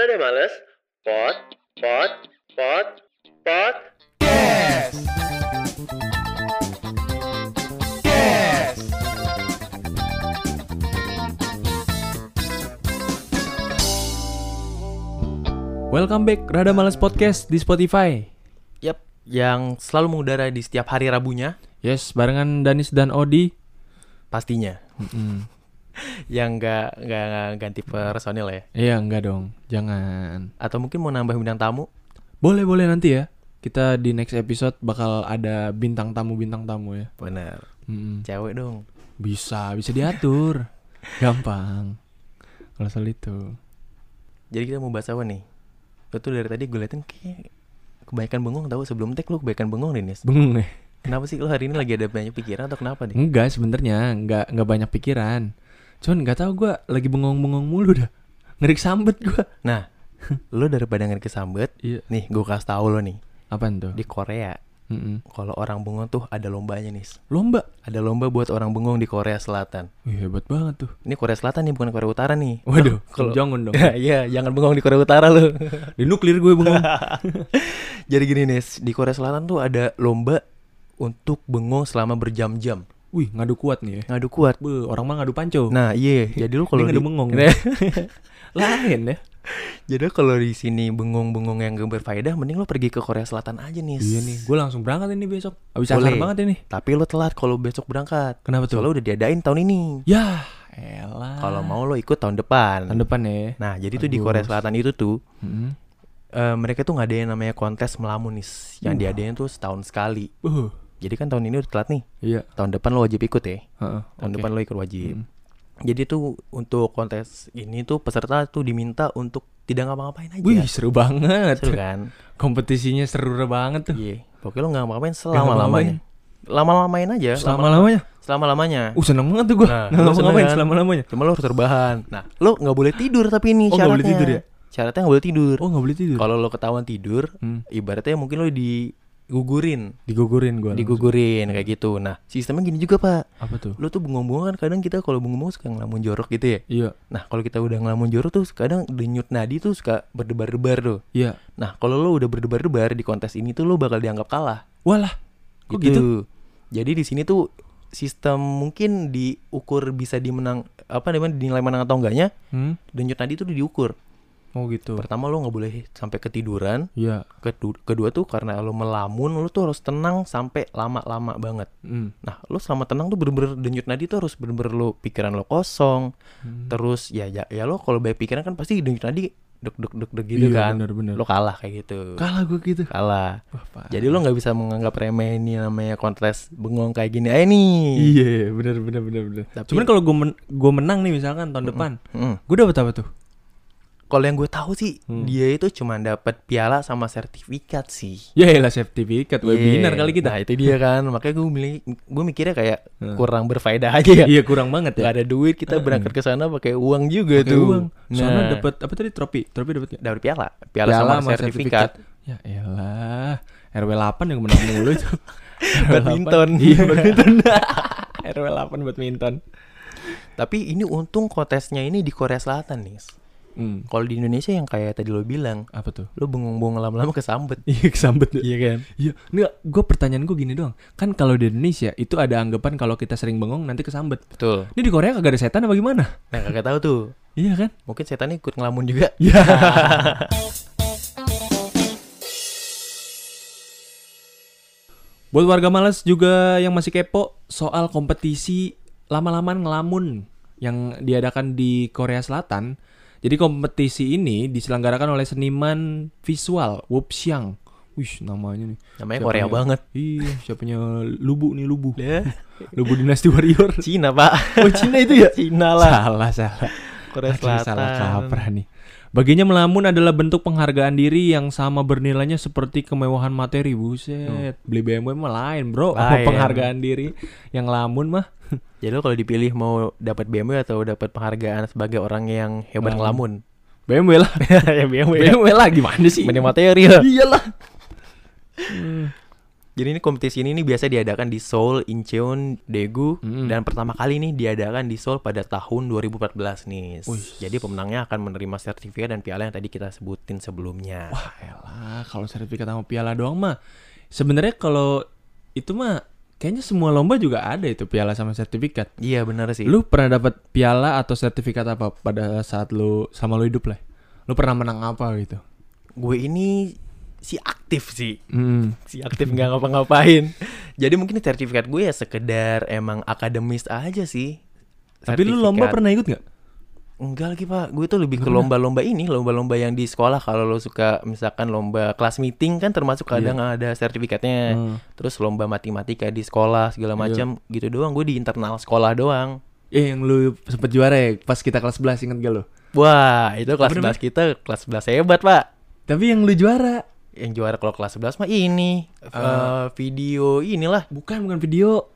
Rada males? Pot. Yes. Yes. Welcome back Rada Males Podcast di Spotify. Yap, yang selalu mengudara di setiap hari Rabunya. Yes, barengan Danis dan Odi. Pastinya. Yang nggak ganti personil ya. Iya, enggak dong. Jangan. Atau mungkin mau nambah bintang tamu. Boleh nanti ya. Kita di next episode bakal ada bintang tamu ya. Bener. Mm-mm. Cewek dong. Bisa diatur. Gampang. Kalau soal itu. Jadi kita mau bahas apa nih? Lo tuh dari tadi gue liatin kayak kebanyakan bengong, tahu sebelum tag lo kebanyakan bengong nih, Nis. Bengong nih. Kenapa sih lo hari ini lagi ada banyak pikiran atau kenapa nih? Enggak, sebenarnya enggak banyak pikiran. Cuman enggak tahu gue lagi bengong mulu dah. Ngerik sambet gue. Nah, lo daripada ngerik kesambet, Iya. nih gue kasih tahu lo nih. Apaan tuh? Di Korea, kalau orang bengong tuh ada lombanya, Nis. Lomba. Ada lomba buat orang bengong di Korea Selatan. Wih, hebat banget tuh. Ini Korea Selatan nih, bukan Korea Utara nih. Waduh, Kalau jangan dong. Iya, jangan bengong di Korea Utara lo. Di nuklir gue bengong. Jadi gini, Nis, di Korea Selatan tuh ada lomba untuk bengong selama berjam-jam. Wih, ngadu kuat nih ya. Ngadu kuat. Orang mah ngadu panco. Nah, iya. Jadi lu kalau Ini ngadu bengong. Lain ya. Jadi kalau di sini bengong-bengong yang gak berfaedah, mending lo pergi ke Korea Selatan aja, Nis. Iya nih, gue langsung berangkat ini besok. Abis Boleh. asar banget ini. Tapi lo telat kalau besok berangkat. Kenapa tuh? Soalnya udah diadain tahun ini. Ya, elah. Kalau mau lo ikut tahun depan. tahun depan ya. Nah, jadi tuh di Bagus. Korea Selatan itu tuh Mm-mm. mereka tuh ngadain namanya kontes melamun, Nis. Yang diadain tuh setahun sekali. Jadi kan tahun ini udah telat nih. Iya. Tahun depan lo wajib ikut ya. Heeh. Tahun Oke. depan lo ikut wajib. Jadi tuh untuk kontes ini tuh peserta tuh diminta untuk tidak ngapa-ngapain aja. Wih, seru banget. Seru kan? Kompetisinya seru banget tuh. Iya. Pokoknya lo nggak ngapa-ngapain selama-lamanya. Lama-lamain aja. Selama-lamanya. Selama-lamanya. Seneng banget tuh gue. Nah, Nggak lu ngapa-ngapain seneng kan? selama-lamanya. Cuma lo harus terbahan. Nah, lo nggak boleh tidur tapi ini Oh, nggak syaratnya. boleh tidur ya? Syaratnya nggak boleh tidur. Oh, nggak boleh tidur. Kalau lo ketahuan tidur, ibaratnya mungkin lo digugurin Digugurin kayak gitu. Nah, sistemnya gini juga, Pak. Apa tuh? Lo tuh bengong-bengong kan kadang kita kalau bengong suka ngelamun jorok gitu ya. Iya. Nah, kalau kita udah ngelamun jorok tuh kadang denyut nadi tuh suka berdebar-debar tuh. Iya. Nah, kalau lo udah berdebar-debar di kontes ini tuh lo bakal dianggap kalah. Walah. Kok gitu? Jadi di sini tuh sistem mungkin diukur bisa dinilai menang atau enggaknya. Denyut nadi tuh diukur. Oh gitu. Pertama lo nggak boleh sampai ketiduran. Iya. Kedua tuh karena lo melamun, lo tuh harus tenang sampai lama-lama banget. Nah, lo selama tenang tuh bener-bener denyut nadi tuh harus bener-bener lo pikiran lo kosong. Terus ya lo kalau banyak pikiran kan pasti denyut nadi deg gitu Iya, kan. bener. Lo kalah kayak gitu. Kalah gue gitu. Kalah. Wah, parah. Jadi lo nggak bisa menganggap remeh ini namanya kontes bengong kayak gini aja nih. Iya, bener. Tapi- Cuman kalau gue menang nih misalkan tahun depan, Mm. gue dapet apa tuh? Kalau yang gue tahu sih dia itu cuma dapat piala sama sertifikat sih. Ya elah sertifikat webinar Iya. kali kita. Nah itu dia kan. Makanya gue mikirnya kayak kurang berfaedah aja ya. Iya kurang banget Gak ya. ada duit, kita berangkat ke sana pakai uang juga Pakai tuh. uang. Soalnya Nah, dapat apa tadi trofi dapat nggak? dapat piala sama sertifikat. Ya elah, RW 8 yang menang mulu itu. Badminton. Iya badminton. RW 8 badminton. Tapi ini untung kontesnya ini di Korea Selatan nih. Kalau di Indonesia yang kayak tadi lo bilang, Apa tuh? lo bengong-bengong lama-lama kesambet. Iya kesambet. Iya kan? Iya. Nggak, gue pertanyaan gue gini doang. Kan kalau di Indonesia itu ada anggapan kalau kita sering bengong nanti kesambet. Betul. Ini di Korea kagak ada setan apa gimana? Nah kagak tahu tuh. Iya kan? Mungkin setannya ikut ngelamun juga. Iya. Buat warga malas juga yang masih kepo soal kompetisi lama-lamaan ngelamun yang diadakan di Korea Selatan. Jadi kompetisi ini diselenggarakan oleh seniman visual Wopsyang. Wih namanya nih. Namanya Siapanya- Korea banget. Iya, siapanya Lubu nih Lubu. Ya. Lubu Dynasty Warrior. Cina, Pak. Oh Cina itu ya? Cina lah. Salah. Korea Aduh, Selatan. salah kaprah nih. Baginya melamun adalah bentuk penghargaan diri yang sama bernilainya seperti kemewahan materi. Buset, beli BMW mah lain bro. Lain. Penghargaan diri yang lamun mah. Jadi lo kalau dipilih mau dapat BMW atau dapat penghargaan sebagai orang yang hebat ngelamun? BMW lah. Ya BMW. BMW lah gimana sih? Mending materi ya. Iyalah. Jadi ini kompetisi ini biasa diadakan di Seoul, Incheon, Daegu, dan pertama kali nih diadakan di Seoul pada tahun 2014 nih. Jadi pemenangnya akan menerima sertifikat dan piala yang tadi kita sebutin sebelumnya. Wah, elah, kalau sertifikat sama piala doang mah. Sebenarnya kalau itu mah kayaknya semua lomba juga ada itu piala sama sertifikat. Iya, benar sih. Lu pernah dapat piala atau sertifikat apa pada saat lu hidup lah? Lu pernah menang apa gitu? Gue ini si aktif sih. Si aktif nggak ngapa-ngapain. Jadi mungkin sertifikat gue ya sekedar emang akademis aja sih. Tapi lu lomba pernah ikut nggak? Enggak lagi Pak, gue tuh lebih ke lomba-lomba ini, lomba-lomba yang di sekolah. Kalau lo suka misalkan lomba kelas meeting kan termasuk kadang ada sertifikatnya. Terus lomba matematika di sekolah segala macam gitu doang. Gue di internal sekolah doang. Yang lu sempet juara ya pas kita kelas 11, inget gak lo? Wah, itu kelas 11 kita kelas 11 hebat Pak. Tapi yang lu juara? Yang juara kalau kelas 11 mah ini video inilah. Bukan video.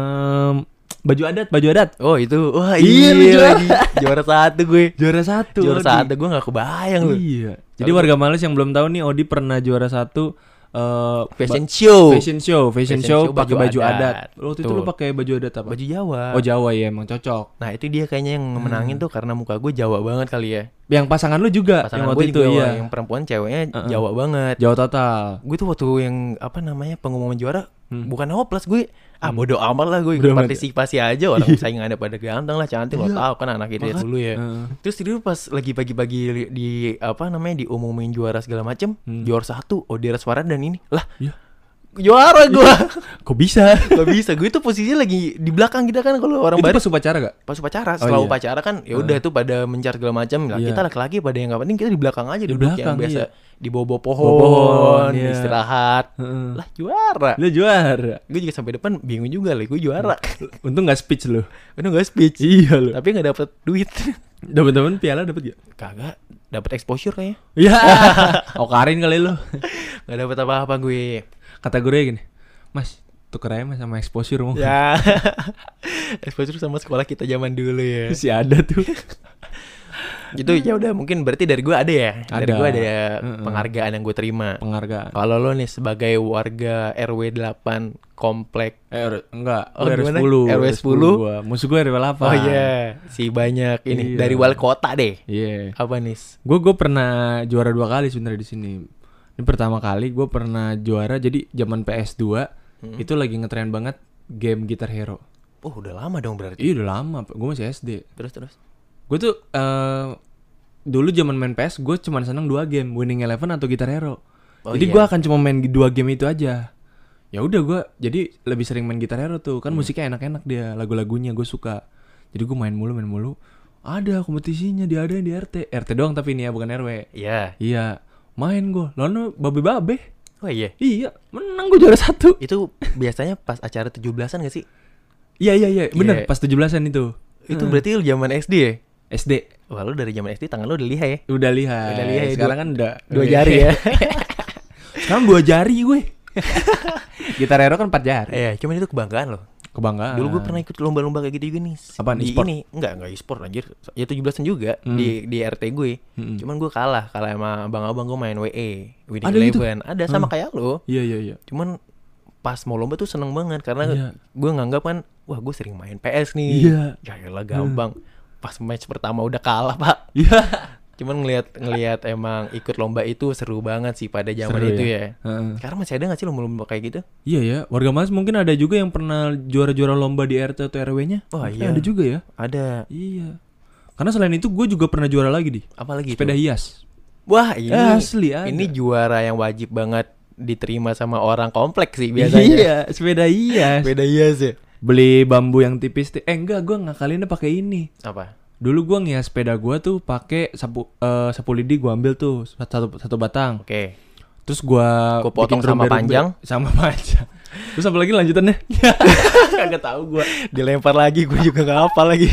Baju adat. Oh itu, wah iya juara 1 gue. Juara 1 gue gak kebayang loh. Iya. Jadi warga Males yang belum tahu nih, Odi pernah juara 1 fashion show pakai baju adat. Waktu itu lu pakai baju adat apa? Baju Jawa. Oh Jawa ya, emang cocok. Nah itu dia kayaknya yang menangin tuh karena muka gue Jawa banget kali ya. Yang pasangan lu juga? Pasangan gue juga, iya. Yang perempuan ceweknya Jawa banget. Jawa total. Gue tuh waktu yang pengumuman juara bukan hopeless gue. Bodo amat lah gue ikut partisipasi aja. Orang saingannya pada ganteng lah, cantik. Lo tau kan anak itu dulu ya. Terus dulu pas lagi pagi-pagi di diumumin juara segala macem, juara 1 Odi Raswara dan ini lah. Juara gue. Kok bisa? Gue tuh posisinya lagi di belakang kita kan kalau orang baru. Itu pas upacara gak? Pas upacara. Setelah upacara kan ya udah tuh pada mencar segala macam. Lah kita laki-laki pada yang nggak penting kita di belakang aja, duduk yang biasa di bawah pohon, istirahat. Lah juara. Lu juara. Gue juga sampai depan bingung juga lah, gue juara. Untung nggak speech lu. Iya lu. Tapi nggak dapet duit. Dapat piala dapet gak? Kagak. Dapet exposure kayaknya. Iya. Karin kali lu. Gak dapet apa-apa gue. Kata gue gini, Mas, tuker aja Mas sama exposure mau. Ya. Exposure sama sekolah kita zaman dulu ya. Masih ada tuh. Gitu ya udah, mungkin berarti dari gue ada ya. Dari gue ada penghargaan yang gue terima. Penghargaan. Kalau lo nih sebagai warga RW 8 komplek RW 10. RW 10. Musuh gue RW 8. Oh iya, si banyak ini dari wali kota deh. Iya. Apa nih? Gue pernah juara 2 kali sebenarnya di sini. Ini pertama kali gue pernah juara, jadi zaman PS2 itu lagi ngetren banget game Guitar Hero. Oh udah lama dong berarti. Iya udah lama, gue masih SD. Terus gue tuh dulu zaman main PS gue cuma seneng 2 game, Winning Eleven atau Guitar Hero. Jadi gue akan cuma main 2 game itu aja. Ya udah gue jadi lebih sering main Guitar Hero tuh, kan musiknya enak-enak dia, lagu-lagunya gue suka. Jadi gue main mulu. Ada kompetisinya, diadain di RT doang tapi ini ya, bukan RW. Iya. Main gue, lalu babe. Oh iya? Iya, menang gue juara 1. Itu biasanya pas acara 17-an gak sih? Iya, bener, pas 17-an itu. Itu berarti lu zaman SD ya? SD. Wah lu dari zaman SD tangan lu udah lihai ya? Udah lihai. Sekarang kan udah 2 jari ya? Sekarang 2 jari gue. Gitar Hero kan 4 jari. Iya, cuman itu kebanggaan loh. Kebanggaan. Dulu gue pernah ikut lomba-lomba kayak gitu juga nih. Apaan, di e-sport? Ini enggak e-sport anjir. Ya 17-an juga di RT gue. Cuman gue kalah sama abang-abang gue main WE, Winning Eleven. Gitu? Ada sama kayak lo. Iya. Cuman pas mau lomba tuh seneng banget karena gue nganggap kan, wah gue sering main PS nih. Iya. Yaelah gampang. Pas match pertama udah kalah, Pak. Iya. Cuman ngelihat emang ikut lomba itu seru banget sih pada zaman itu ya. Sekarang masih ada nggak sih lomba-lomba kayak gitu? Iya ya, warga Mas mungkin ada juga yang pernah juara-juara lomba di RT atau RW-nya. Oh iya. Ada juga ya? Ada. Iya. Karena selain itu gue juga pernah juara lagi di. Apa lagi? Sepeda hias. Wah ini asli ada. Ini juara yang wajib banget diterima sama orang kompleks sih biasanya. Iya, sepeda hias. Sepeda hias ya. Beli bambu yang tipis. Enggak, gue ngakalinnya pakai ini. Apa? Dulu gue ngias sepeda gue tuh pakai sapu lidi, gue ambil tuh satu batang. Oke. Terus gue potong sama panjang. Terus apa lagi lanjutannya? Kagak tahu gue. Dilempar lagi, gue juga nggak hafal lagi.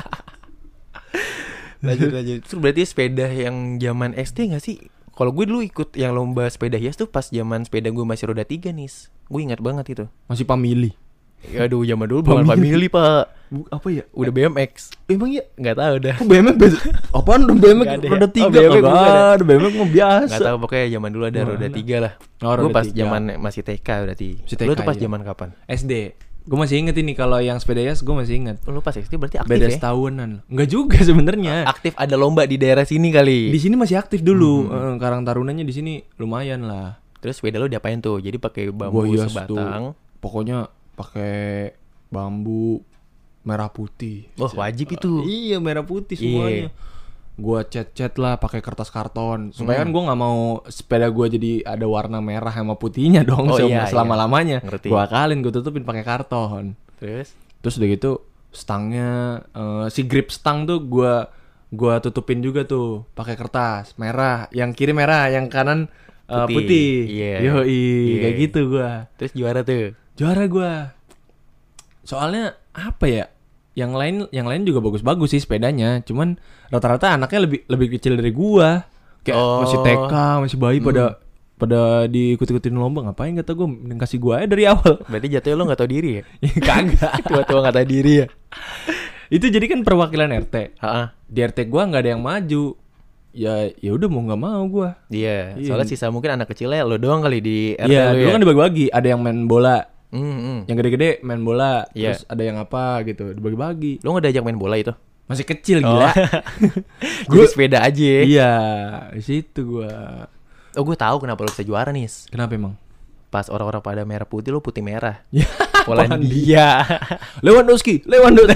lanjut. Terus berarti sepeda yang zaman SD nggak sih? Kalau gue dulu ikut yang lomba sepeda hias tuh pas zaman sepeda gue masih roda 3 nih. Gue ingat banget itu. Masih Family. Aduh, zaman dulu bukan family, Pak. Apa ya? Udah BMX. Emang ya? Enggak tahu dah. Kok BMX apaan tuh BMX Nggak ada ya? roda 3? Oh, BMX bukan ada. Ada BMX mah biasa. Enggak tahu, pokoknya zaman dulu ada roda 3 lah. Oh, Gue roda pas 3. zaman masih TK berarti. Masih Lu TK, tuh pas iya. zaman kapan? SD. Gue masih inget ini kalau yang sepeda Yas gue masih inget. Lu pas SD berarti aktif Beda ya? setahunan. Enggak juga sebenarnya. Aktif ada lomba di daerah sini kali. Di sini masih aktif dulu. Karang Tarunanya di sini lumayan lah. Terus sepeda lu diapain tuh? Jadi pakai bambu Gua hias sebatang. tuh. Pokoknya pakai bambu merah putih. Oh, wajib itu. Iya, merah putih Iya. semuanya. Gua cat lah pakai kertas karton. Supaya kan gua nggak mau sepeda gua jadi ada warna merah sama putihnya dong Oh, iya, selama-lamanya. Ngerti. Gua akalin, gua tutupin pakai karton. Terus udah gitu stangnya si grip stang tuh gua tutupin juga tuh pakai kertas merah. Yang kiri merah, yang kanan putih. Iya. Yoi, Iya. kayak gitu gua. Terus juara tuh. Juara gua. Soalnya apa ya? Yang lain juga bagus-bagus sih sepedanya. Cuman rata-rata anaknya lebih kecil dari gua. Kayak masih TK, masih bayi pada diikut-ikutin lomba. Ngapain kata gua mending kasih gua aja dari awal. Berarti jatuhnya lu gak tahu diri ya? Kagak. Tua-tua gak tahu diri ya? Itu jadi kan perwakilan RT. Heeh. Di RT gua nggak ada yang maju. Ya udah mau nggak mau gua. Iya, Iya. soalnya sisa mungkin anak kecilnya lo doang kali di RT Iya, lu dulu ya. kan dibagi-bagi. Ada yang main bola, Mm-mm. yang gede-gede main bola. Iya. Terus ada yang apa gitu, dibagi-bagi. Lu gak diajak main bola itu? Masih kecil Oh. gila. Jadi sepeda aja. Iya, di situ gua. Oh, gue tahu kenapa lu bisa juara nih. Kenapa emang? Pas orang-orang pada merah putih, lu putih merah. Ya, Polandia. Lewandowski.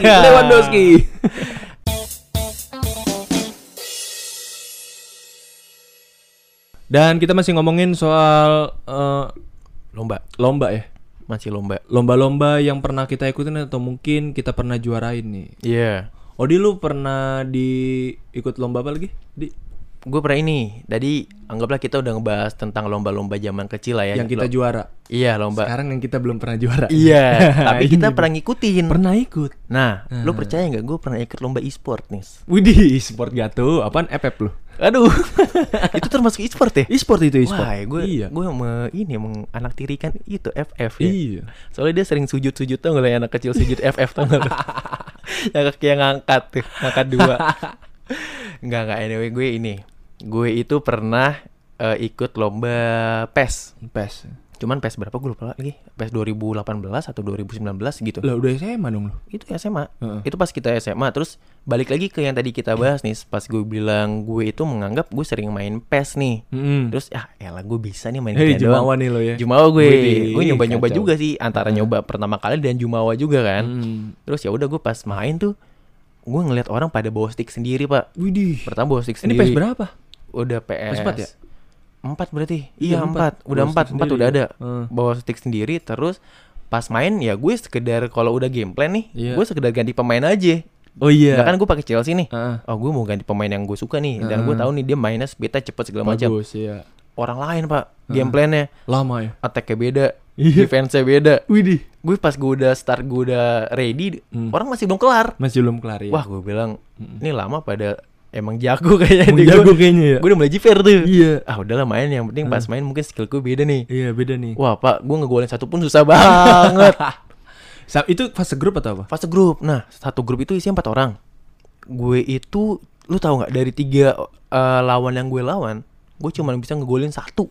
Dan kita masih ngomongin soal lomba ya. Masih lomba. Lomba-lomba yang pernah kita ikutin atau mungkin kita pernah juarain nih. Iya. Odi, lu pernah ikut lomba apa lagi? Gue pernah ini. Tadi anggaplah kita udah ngebahas tentang lomba-lomba zaman kecil lah ya. Yang kita juara. Iya, lomba. Sekarang yang kita belum pernah juara. Iya, tapi kita Ini. pernah ngikutin. Pernah ikut. Nah, lu percaya nggak? Gue pernah ikut lomba e-sport nih. Widih, e-sport gato. Apaan FF lu? Aduh, itu termasuk e-sport ya? E-sport itu e-sport. Wah, gue Iya. menganaktirikan itu FF ya. Iya. Soalnya dia sering sujud-sujud tuh ngeliat anak kecil sujud FF tuh nggak? Yang kaki yang ngangkat tuh, ngangkat 2. Enggak anyway gue itu pernah ikut lomba PES. PES. Cuman PES berapa gue lupa lagi. PES 2018 atau 2019 gitu. Lah udah SMA dong lu. Itu SMA. Heeh. Itu pas kita SMA. Terus balik lagi ke yang tadi kita bahas nih. Pas gue bilang gue itu menganggap gue sering main PES nih. Terus elah gue bisa nih main kayak doang. Jumawa nih lo ya. Jumawa gue. Widih, Gue nyoba-nyoba kacau. juga sih, antara nyoba pertama kali dan Jumawa juga kan. Terus ya udah gue pas main tuh gue ngeliat orang pada bawa stick sendiri, Pak. Widih. Pertama bawa stick Ini sendiri. PES berapa? Udah PS. PS 4 ya? 4 berarti. Iya, Iya, 4. 4. Udah Bawa 4 stick sendiri udah ya? ada. Bawa stick sendiri. Terus pas main ya gue sekedar kalau udah gameplay nih, Iya. gue sekedar ganti pemain aja. Oh iya. Nggak kan gue pakai Chelsea nih. Heeh. Oh, gue mau ganti pemain yang gue suka nih, dan gue tahu nih dia mainnya speednya cepet segala macam. Bagus ya. Orang lain, Pak, gameplaynya, Lama ya. attack-nya beda, Iya. defense-nya beda. Widih. Gue pas gue udah start, gue udah ready, orang masih belum kelar. Masih belum kelar ya. Wah, gue bilang ini lama pada emang jago kayaknya. Emang deh. jago kayaknya ya. Gue udah mulai jiper tuh. Iya. Ah, udahlah main, yang penting pas main mungkin skill gue beda nih. Iya, beda nih. Wah, Pak, gue ngegolin satu pun susah banget. Itu fase grup atau apa? Fase grup. Nah, satu grup itu isinya 4 orang. Gue itu, lu tahu nggak, dari 3 lawan yang gue lawan, gue cuma bisa ngegolin satu.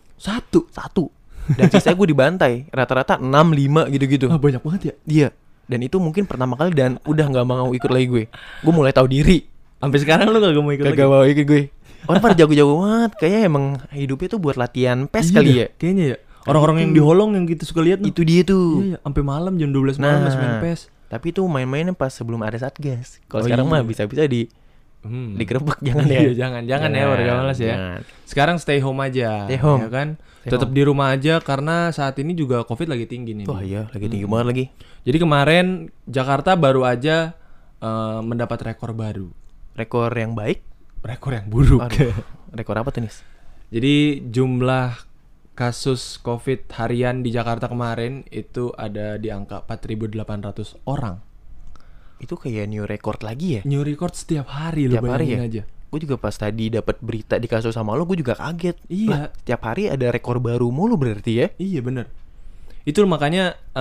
Dan sisanya gue dibantai. Rata-rata 6-5 gitu-gitu. Ah, banyak banget ya. Iya. Dan itu mungkin pertama kali dan udah nggak mau ikut lagi gue. Gue mulai tahu diri. Sampai sekarang lu kagak mau ikut Kagak mau ikut gue. Orang pada jago-jago banget. Kayaknya emang hidupnya tuh buat latihan PES kali ya. Kayaknya ya. Orang-orang yang di Holong yang gitu suka lihat Itu dia tuh. Iya, sampai malam jam 12 malam masih main PES. Tapi itu main-mainnya pas sebelum ada Satgas. Kalau Oh, sekarang iya. mah bisa-bisa digerebek, jangan ya. Iya, jangan ya warga malas ya. Jangan. Sekarang stay home aja. Stay home. Ya kan? Stay Tetap di rumah aja karena saat ini juga Covid lagi tinggi nih. Wah iya, lagi tinggi banget lagi. Jadi kemarin Jakarta baru aja mendapat rekor baru. Rekor yang baik. Rekor yang buruk. Aduh, rekor apa tuh, Nis? Jadi jumlah kasus Covid harian di Jakarta kemarin itu ada di angka 4.800 orang. Itu kayak new record lagi ya? New record setiap hari lo Tiap hari bayangin ya? aja. Gue juga pas tadi dapat berita di kasus sama lo, gue juga kaget. Iya. Lah, setiap hari ada rekor baru mulu berarti ya? Iya bener. Itu makanya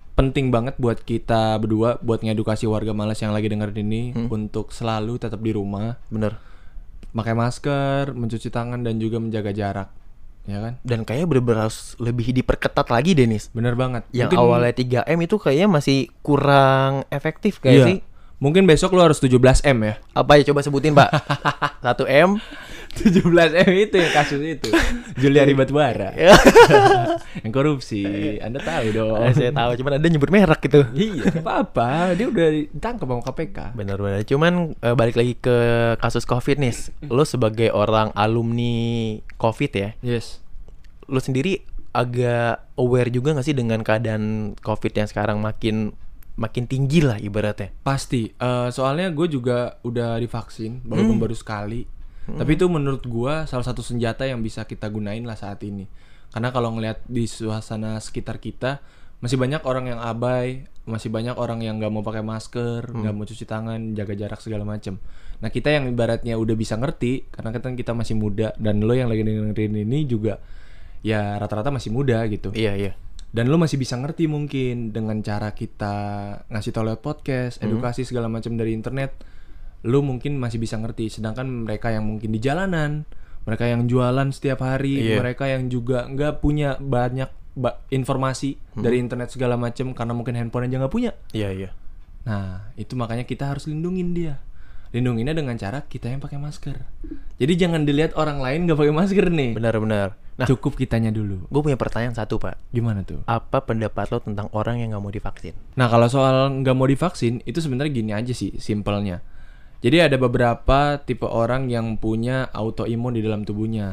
penting banget buat kita berdua buat ngedukasi warga malas yang lagi dengerin ini untuk selalu tetap di rumah. Bener. Pakai masker, mencuci tangan dan juga menjaga jarak. Ya kan? Dan kayaknya bener-bener harus lebih diperketat lagi, Denis. Bener banget. Yang awalnya 3M itu kayaknya masih kurang efektif kayak sih. Mungkin besok lu harus 17M ya. Apa ya, coba sebutin, Pak? 1M 17M itu ya, kasus itu. Juliari Batubara. Yang korupsi. Anda tahu dong. Saya tahu, cuman ada nyebut merek gitu. Iya, apa-apa. Dia udah ditangkap sama KPK. Benar-benar. Cuman balik lagi ke kasus COVID nih. Lo sebagai orang alumni COVID ya. Yes. Lo sendiri agak aware juga gak sih dengan keadaan COVID yang sekarang makin tinggi lah ibaratnya? Pasti. Soalnya gue juga udah divaksin walaupun baru sekali. Tapi itu menurut gue salah satu senjata yang bisa kita gunain lah saat ini. Karena kalau ngelihat di suasana sekitar kita masih banyak orang yang abai, masih banyak orang yang nggak mau pakai masker, nggak mau cuci tangan, jaga jarak segala macam. Nah kita yang ibaratnya udah bisa ngerti, karena kita masih muda dan lo yang lagi dengerin ini juga ya rata-rata masih muda gitu. Iya. Dan lo masih bisa ngerti mungkin dengan cara kita ngasih tau lewat podcast, edukasi segala macam dari internet. Lo mungkin masih bisa ngerti. Sedangkan mereka yang mungkin di jalanan, mereka yang jualan setiap hari, mereka yang juga nggak punya banyak informasi dari internet segala macam karena mungkin handphone aja nggak punya. Iya. Nah itu makanya kita harus lindungin dia. Lindunginnya dengan cara kita yang pakai masker. Jadi jangan dilihat orang lain nggak pakai masker nih. Benar. Nah, cukup kitanya dulu. Gue punya pertanyaan satu, Pak. Gimana tuh? Apa pendapat lo tentang orang yang nggak mau divaksin? Nah kalau soal nggak mau divaksin itu sebenarnya gini aja sih simpelnya. Jadi ada beberapa tipe orang yang punya autoimun di dalam tubuhnya.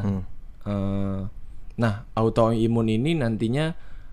Nah autoimun ini nantinya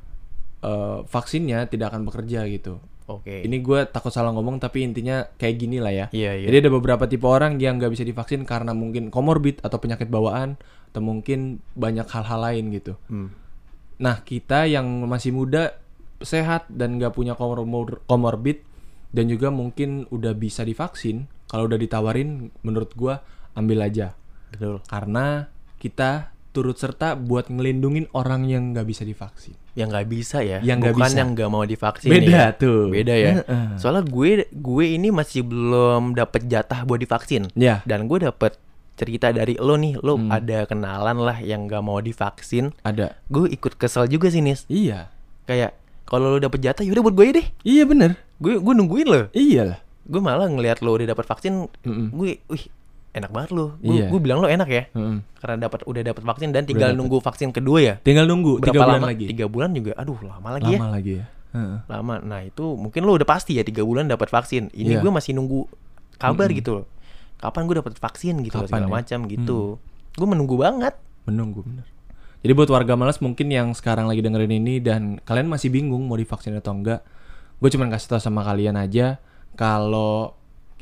vaksinnya tidak akan bekerja gitu. Oke. Ini gue takut salah ngomong tapi intinya kayak gini lah ya. Iya. Jadi ada beberapa tipe orang yang nggak bisa divaksin karena mungkin komorbid atau penyakit bawaan atau mungkin banyak hal-hal lain gitu. Nah kita yang masih muda, sehat dan nggak punya komorbid dan juga mungkin udah bisa divaksin, kalau udah ditawarin menurut gue ambil aja. Betul. Karena kita turut serta buat ngelindungin orang yang nggak bisa divaksin. Yang nggak bisa ya, yang bukan bisa. yang nggak mau divaksin. Beda ya. tuh. Beda ya. Soalnya gue ini masih belum dapet jatah buat divaksin. Ya. Dan gue dapet cerita dari lo nih, lo ada kenalan lah yang nggak mau divaksin. Ada. Gue ikut kesel juga sih Nis. Iya. Kayak kalau lo dapet jatah yaudah buat gue deh. Iya bener. Gue nungguin lo. Iya lah. Gue malah ngelihat lo udah dapet vaksin, gue, enak banget lo. Iya. Gue bilang lo enak ya, karena udah dapat vaksin dan tinggal nunggu vaksin kedua ya. Tinggal nunggu berapa 3 bulan lama? lagi. 3 bulan juga, aduh lama lagi ya. Lama. Nah itu mungkin lo udah pasti ya 3 bulan dapat vaksin. Ini gue masih nunggu kabar gitu loh. Kapan gue dapat vaksin gitu loh, segala macam gitu. Gue menunggu banget. Menunggu bener. Jadi buat warga malas mungkin yang sekarang lagi dengerin ini dan kalian masih bingung mau divaksin atau enggak, gue cuma kasih tau sama kalian aja kalau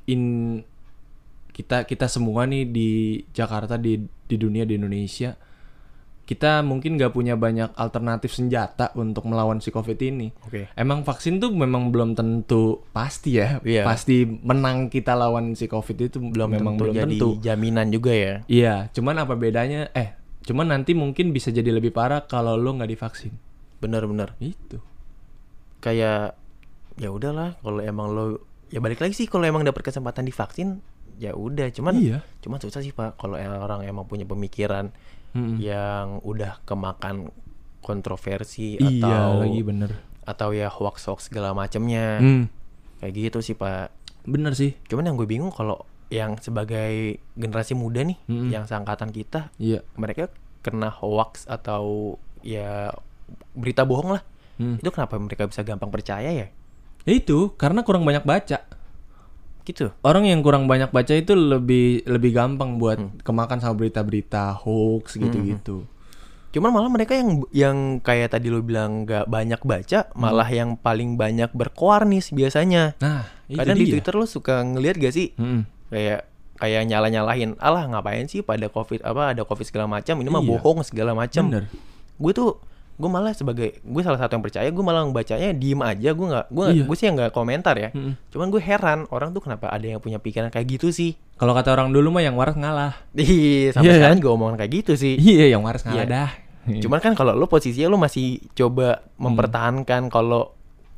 kita semua nih di Jakarta, di dunia, di Indonesia, kita mungkin nggak punya banyak alternatif senjata untuk melawan si COVID ini. Emang vaksin tuh memang belum tentu pasti ya, pasti menang kita lawan si COVID itu belum jadi tentu. Jaminan juga ya. Iya, cuman apa bedanya? Cuman nanti mungkin bisa jadi lebih parah kalau lo nggak divaksin. Bener. Itu. Kayak ya udahlah, kalau emang lo ya balik lagi sih, kalau emang dapat kesempatan divaksin ya udah, cuman susah sih Pak kalau orang emang punya pemikiran yang udah kemakan kontroversi atau ya hoax segala macamnya. Kayak gitu sih Pak. Bener sih. Cuman yang gue bingung kalau yang sebagai generasi muda nih, yang seangkatan kita, mereka kena hoax atau ya berita bohong lah. Itu kenapa mereka bisa gampang percaya ya? Itu karena kurang banyak baca. Gitu. Orang yang kurang banyak baca itu lebih gampang buat kemakan sama berita-berita hoax gitu-gitu. Cuman malah mereka yang kayak tadi lo bilang nggak banyak baca, malah yang paling banyak berkoar nih biasanya. Nah, kadang di Twitter lo suka ngelihat gak sih? Kayak nyalahin, alah ngapain sih ada COVID segala macam, ini mah bohong segala macam. Gue malah gue salah satu yang percaya, gue malah ngebacanya diem aja, gue sih yang nggak komentar ya. Cuman gue heran orang tuh kenapa ada yang punya pikiran kayak gitu sih. Kalau kata orang dulu mah yang waras ngalah. Sampai sekarang juga omongan kayak gitu sih. Iya, yang waras ngalah dah. Cuman kan kalau lo posisinya lo masih coba mempertahankan kalau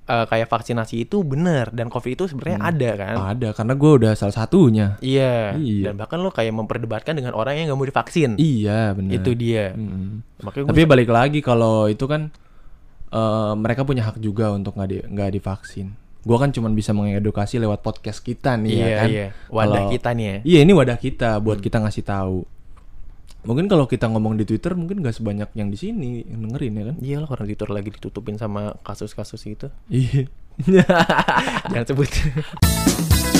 kayak vaksinasi itu benar dan COVID itu sebenarnya ada kan? Ada, karena gue udah salah satunya. Iya. Iya. Dan bahkan lo kayak memperdebatkan dengan orang yang nggak mau divaksin. Iya, benar. Itu dia. Makanya Tapi balik lagi kalau itu kan mereka punya hak juga untuk nggak divaksin. Gue kan cuma bisa mengedukasi lewat podcast kita nih, ya kan? Iya. Wadah kita nih ya. Iya, ini wadah kita buat kita ngasih tahu. Mungkin kalau kita ngomong di Twitter mungkin gak sebanyak yang di sini yang dengerin, ya kan? Iya lah, karena Twitter lagi ditutupin sama kasus-kasus itu. Iya. Jangan sebut.